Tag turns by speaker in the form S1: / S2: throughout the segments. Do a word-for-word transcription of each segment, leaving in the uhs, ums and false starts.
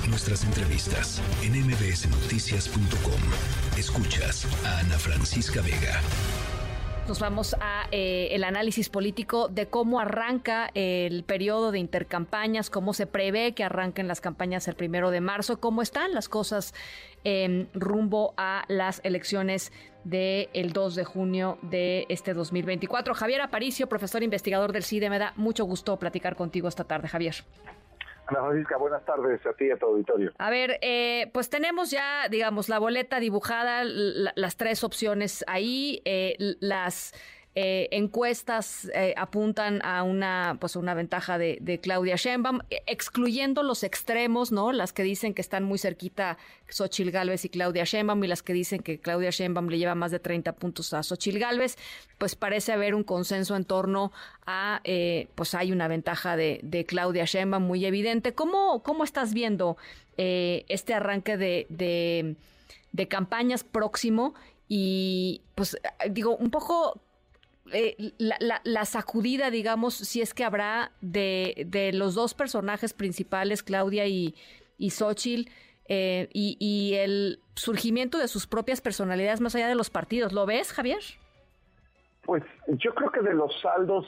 S1: nuestras entrevistas en eme be ese noticias punto com. Escuchas a Ana Francisca Vega.
S2: Nos vamos a eh, el análisis político de cómo arranca el periodo de intercampañas, cómo se prevé que arranquen las campañas el primero de marzo, cómo están las cosas eh, rumbo a las elecciones del dos de junio de este dos mil veinticuatro. Javier Aparicio, profesor investigador del CIDE, me da mucho gusto platicar contigo esta tarde, Javier.
S3: Ana Francisca, buenas tardes a ti y a tu auditorio.
S2: A ver, eh, pues tenemos ya, digamos, la boleta dibujada, la, las tres opciones ahí, eh, las eh, encuestas eh, apuntan a una, pues, una ventaja de, de Claudia Sheinbaum, excluyendo los extremos, ¿no? Las que dicen que están muy cerquita Xóchitl Gálvez y Claudia Sheinbaum, y las que dicen que Claudia Sheinbaum le lleva más de treinta puntos a Xóchitl Gálvez, pues parece haber un consenso en torno a, eh, pues hay una ventaja de, de Claudia Sheinbaum muy evidente. ¿Cómo, cómo estás viendo eh, este arranque de, de, de campañas próximo? Y pues digo, un poco eh, la, la, la sacudida, digamos, si es que habrá de, de los dos personajes principales, Claudia y, y Xóchitl, eh, y, y el surgimiento de sus propias personalidades más allá de los partidos. ¿Lo ves, Javier?
S3: Pues yo creo que de los saldos,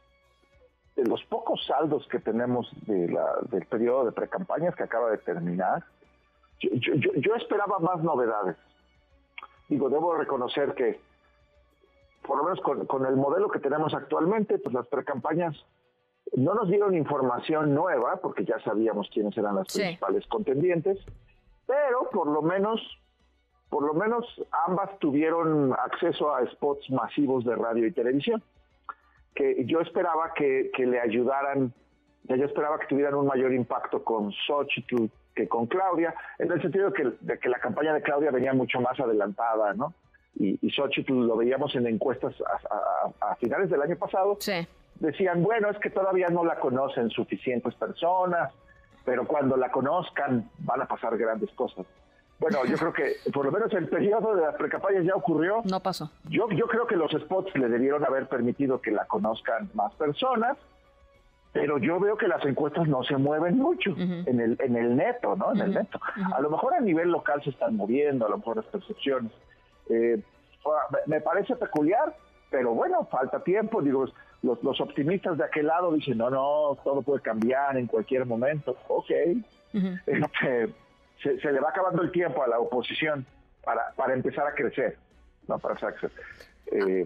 S3: de los pocos saldos que tenemos de la, del periodo de precampañas que acaba de terminar, yo, yo, yo esperaba más novedades. Digo, debo reconocer que, por lo menos con, con el modelo que tenemos actualmente, pues las precampañas no nos dieron información nueva, porque ya sabíamos quiénes eran las sí. principales contendientes, pero por lo menos... Por lo menos ambas tuvieron acceso a spots masivos de radio y televisión, que yo esperaba que, que le ayudaran, yo esperaba que tuvieran un mayor impacto con Xóchitl que con Claudia, en el sentido de que, de que la campaña de Claudia venía mucho más adelantada, ¿no? Y, y Xóchitl lo veíamos en encuestas a, a, a finales del año pasado,
S2: sí.
S3: Decían, bueno, es que todavía no la conocen suficientes personas, pero cuando la conozcan van a pasar grandes cosas. Bueno, yo creo que por lo menos el periodo de las precampañas ya ocurrió.
S2: No pasó.
S3: Yo, yo creo que los spots le debieron haber permitido que la conozcan más personas, pero yo veo que las encuestas no se mueven mucho uh-huh. en el en el neto, ¿no? En uh-huh. el neto. Uh-huh. A lo mejor a nivel local se están moviendo, a lo mejor las percepciones. Eh, me parece peculiar, pero bueno, falta tiempo. Digo, los, los optimistas de aquel lado dicen, no, no, todo puede cambiar en cualquier momento. Ok. Uh-huh. Este, Se, se le va acabando el tiempo a la oposición para, para empezar a crecer, ¿no? Para crecer. Eh,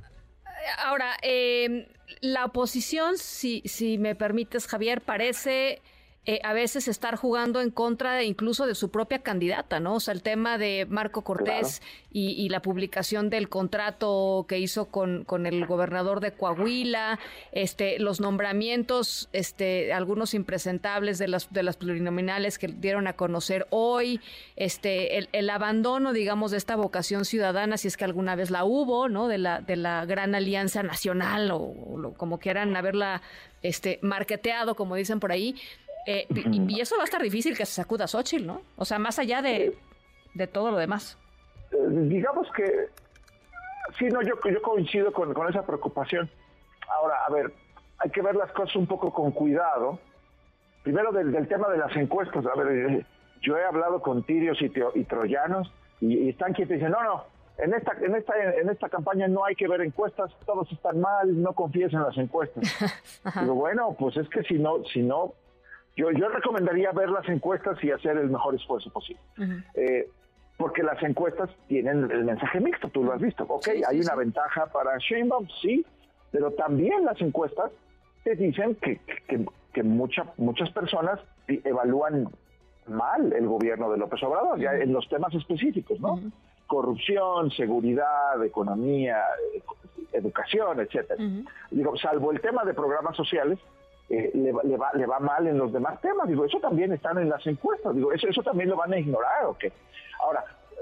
S2: Ahora, eh, la oposición, si, si me permites, Javier, parece eh, a veces estar jugando en contra de, incluso de su propia candidata, ¿no? O sea, el tema de Marco Cortés claro. y, y la publicación del contrato que hizo con, con el gobernador de Coahuila, este, los nombramientos, este, algunos impresentables de las de las plurinominales que dieron a conocer hoy, este, el, el abandono, digamos, de esta vocación ciudadana, si es que alguna vez la hubo, ¿no? De la de la gran alianza nacional o, o como quieran haberla, este, marketeado, como dicen por ahí. Eh, y, y eso va a estar difícil que se sacuda Xóchitl, ¿no? O sea, más allá de, de todo lo demás.
S3: Eh, digamos que sí, no, yo, yo coincido con, con esa preocupación. Ahora, a ver, hay que ver las cosas un poco con cuidado. Primero del, del tema de las encuestas. A ver, yo he hablado con tirios y, teo, y troyanos y, y están quietos y dicen, no, no, en esta, en esta, en esta campaña no hay que ver encuestas, todos están mal, no confíes en las encuestas. Digo, bueno, pues es que si no, si no, Yo, yo recomendaría ver las encuestas y hacer el mejor esfuerzo posible. Uh-huh. Eh, porque las encuestas tienen el mensaje mixto, tú lo has visto. Ok, sí, hay sí, una sí. ventaja para Sheinbaum, sí, pero también las encuestas te dicen que, que, que mucha, muchas personas evalúan mal el gobierno de López Obrador, uh-huh. ya en los temas específicos, ¿no? Uh-huh. Corrupción, seguridad, economía, educación, etcétera. Uh-huh. Digo, salvo el tema de programas sociales, Eh, le, le, va, le va mal en los demás temas. Digo, eso también están en las encuestas. Digo, eso, eso también lo van a ignorar, ¿o qué? Ahora,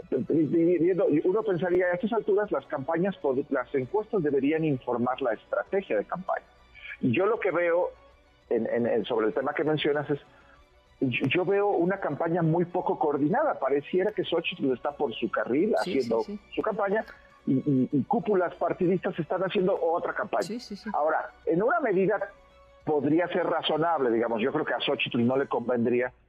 S3: uno pensaría, a estas alturas las campañas, las encuestas deberían informar la estrategia de campaña. Y yo lo que veo en, en, en, sobre el tema que mencionas es, yo, yo veo una campaña muy poco coordinada. Pareciera que Xóchitl está por su carril sí, haciendo sí, sí. su campaña y, y, y cúpulas partidistas están haciendo otra campaña.
S2: Sí, sí, sí.
S3: Ahora, en una medida podría ser razonable, digamos, yo creo que a Xóchitl no le convendría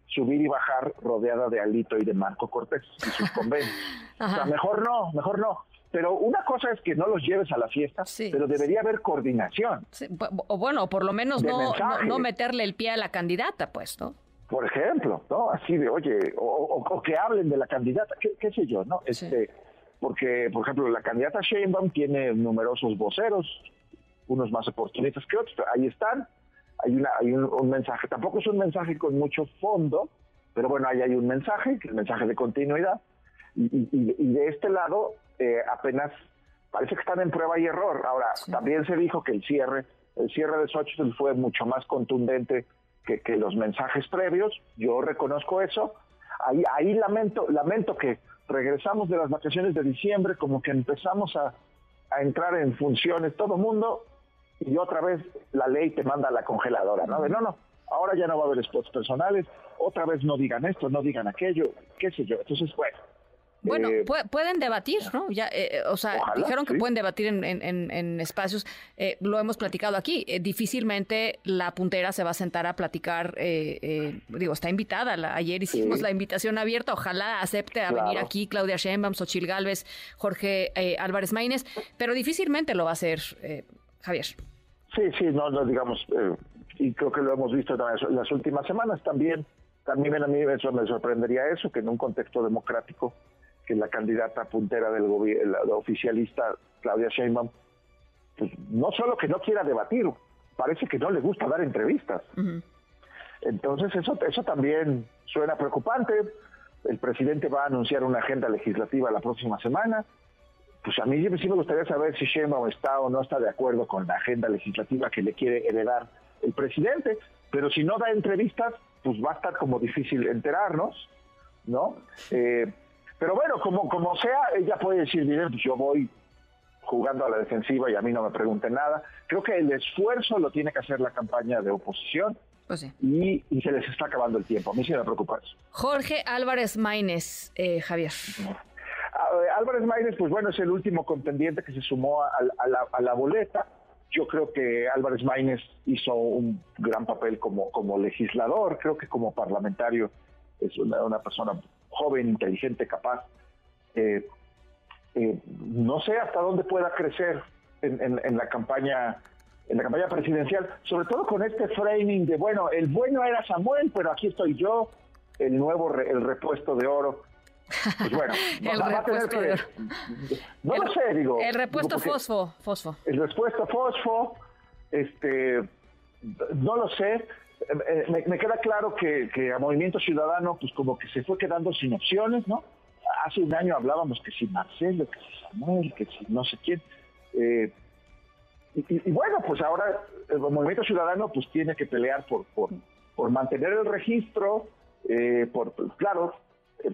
S3: subir y bajar rodeada de Alito y de Marco Cortés y sus convenios. O sea, mejor no, mejor no. Pero una cosa es que no los lleves a la fiesta, sí, pero debería sí. haber coordinación.
S2: Sí, o bueno, por lo menos no, no, no meterle el pie a la candidata, pues, ¿no?
S3: Por ejemplo, ¿no? Así de, oye, o, o, o que hablen de la candidata, qué, qué sé yo, ¿no? Sí. Este, porque, por ejemplo, la candidata Sheinbaum tiene numerosos voceros, unos más oportunistas que otros, pero ahí están. Hay una, hay un, un mensaje, tampoco es un mensaje con mucho fondo, pero bueno, ahí hay un mensaje, que es el mensaje de continuidad. Y, y, y de este lado, eh, apenas parece que están en prueba y error. Ahora, sí. también se dijo que el cierre, el cierre de Xochitl fue mucho más contundente que, que los mensajes previos. Yo reconozco eso. Ahí, ahí lamento, lamento que regresamos de las vacaciones de diciembre, como que empezamos a, a entrar en funciones todo mundo, y otra vez la ley te manda a la congeladora, ¿no? De no, no, ahora ya no va a haber spots personales, otra vez no digan esto, no digan aquello, qué sé yo. Entonces, bueno.
S2: Bueno, eh, pu- pueden debatir, ¿no? Ya, eh, o sea, ojalá, dijeron que sí. pueden debatir en, en, en espacios, eh, lo hemos platicado aquí, eh, difícilmente la puntera se va a sentar a platicar, eh, eh, digo, está invitada, la, ayer hicimos sí. la invitación abierta, ojalá acepte a claro. venir aquí Claudia Sheinbaum, Xochitl Gálvez, Jorge eh, Álvarez Maínez, pero difícilmente lo va a hacer, eh, Javier.
S3: Sí, sí, no, no digamos, eh, y creo que lo hemos visto en las últimas semanas también, también a mí eso me sorprendería eso, que en un contexto democrático, que la candidata puntera del gobierno, la, la oficialista Claudia Sheinbaum, pues no solo que no quiera debatir, parece que no le gusta dar entrevistas. Uh-huh. Entonces eso, eso también suena preocupante. El presidente va a anunciar una agenda legislativa la próxima semana. Pues a mí sí me gustaría saber si Sheinbaum está o no está de acuerdo con la agenda legislativa que le quiere heredar el presidente, pero si no da entrevistas, pues va a estar como difícil enterarnos, ¿no? Eh, Pero bueno, como como sea, ella puede decir, miren, pues yo voy jugando a la defensiva y a mí no me pregunten nada. Creo que el esfuerzo lo tiene que hacer la campaña de oposición. Pues sí. y, y se les está acabando el tiempo. A mí sí me preocupa eso.
S2: Jorge Álvarez Maínez, eh, Javier.
S3: Uh, Álvarez Maínez, pues bueno, es el último contendiente que se sumó a, a, la, a la boleta. Yo creo que Álvarez Maínez hizo un gran papel como, como legislador. Creo que como parlamentario es una, una persona joven, inteligente, capaz. Eh, eh, no sé hasta dónde pueda crecer en, en, en la campaña en la campaña presidencial, sobre todo con este framing de, bueno, el bueno era Samuel, pero aquí estoy yo, el nuevo, re, el repuesto de oro. Pues bueno,
S2: el va, repuesto va a tener
S3: que, no el, lo sé, digo.
S2: El repuesto digo fosfo, fosfo.
S3: El repuesto fosfo, este, no lo sé. Me, me queda claro que, que a Movimiento Ciudadano, pues como que se fue quedando sin opciones, ¿no? Hace un año hablábamos que si Marcelo, que si Samuel, que si no sé quién. Eh, y, y bueno, pues ahora el Movimiento Ciudadano pues tiene que pelear por por, por mantener el registro, eh, por claro, eh,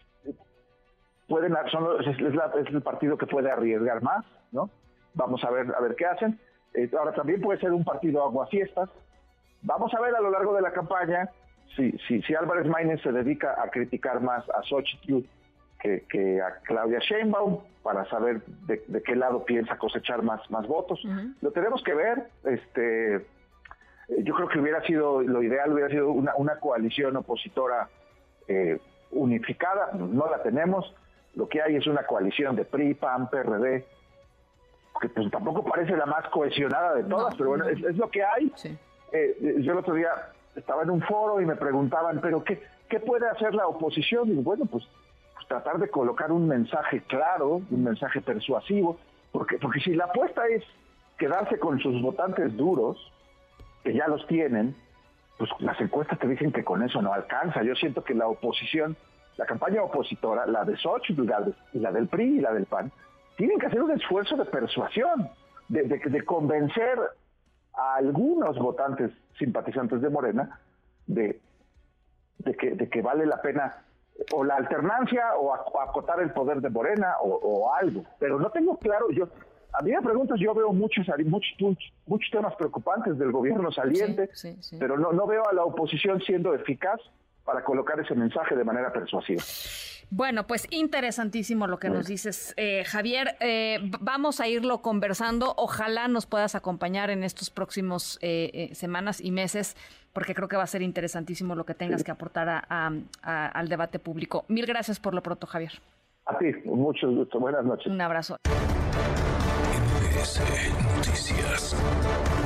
S3: pueden son, es, es, la, es el partido que puede arriesgar más, ¿no? Vamos a ver a ver qué hacen. Eh, ahora también puede ser un partido aguafiestas. Vamos a ver a lo largo de la campaña si, si, si Álvarez Maínez se dedica a criticar más a Xochitl que, que a Claudia Sheinbaum para saber de, de qué lado piensa cosechar más, más votos. Uh-huh. Lo tenemos que ver. Este, yo creo que hubiera sido, lo ideal hubiera sido una, una coalición opositora eh, unificada. No la tenemos. Lo que hay es una coalición de P R I, P A N, P R D, que pues tampoco parece la más cohesionada de todas, no, pero bueno, no. es, es lo que hay. Sí. Eh, yo el otro día estaba en un foro y me preguntaban, ¿pero qué, qué puede hacer la oposición? Y bueno, pues, pues tratar de colocar un mensaje claro, un mensaje persuasivo, porque, porque si la apuesta es quedarse con sus votantes duros, que ya los tienen, pues las encuestas te dicen que con eso no alcanza. Yo siento que la oposición, la campaña opositora, la de Xochitl Gálvez y la del P R I y la del P A N, tienen que hacer un esfuerzo de persuasión, de, de, de convencer a algunos votantes simpatizantes de Morena de, de, que, de que vale la pena o la alternancia o, a, o acotar el poder de Morena o, o algo. Pero no tengo claro, yo a mí me preguntas, yo veo muchos muchos, muchos temas preocupantes del gobierno saliente, sí, sí, sí. pero no, no veo a la oposición siendo eficaz para colocar ese mensaje de manera persuasiva.
S2: Bueno, pues interesantísimo lo que nos dices, eh, Javier. Eh, vamos a irlo conversando. Ojalá nos puedas acompañar en estos próximos eh, eh, semanas y meses, porque creo que va a ser interesantísimo lo que tengas sí. que aportar a, a, a, al debate público. Mil gracias por lo pronto, Javier.
S3: A ti, mucho gusto. Buenas noches.
S2: Un abrazo.
S1: M B S Noticias.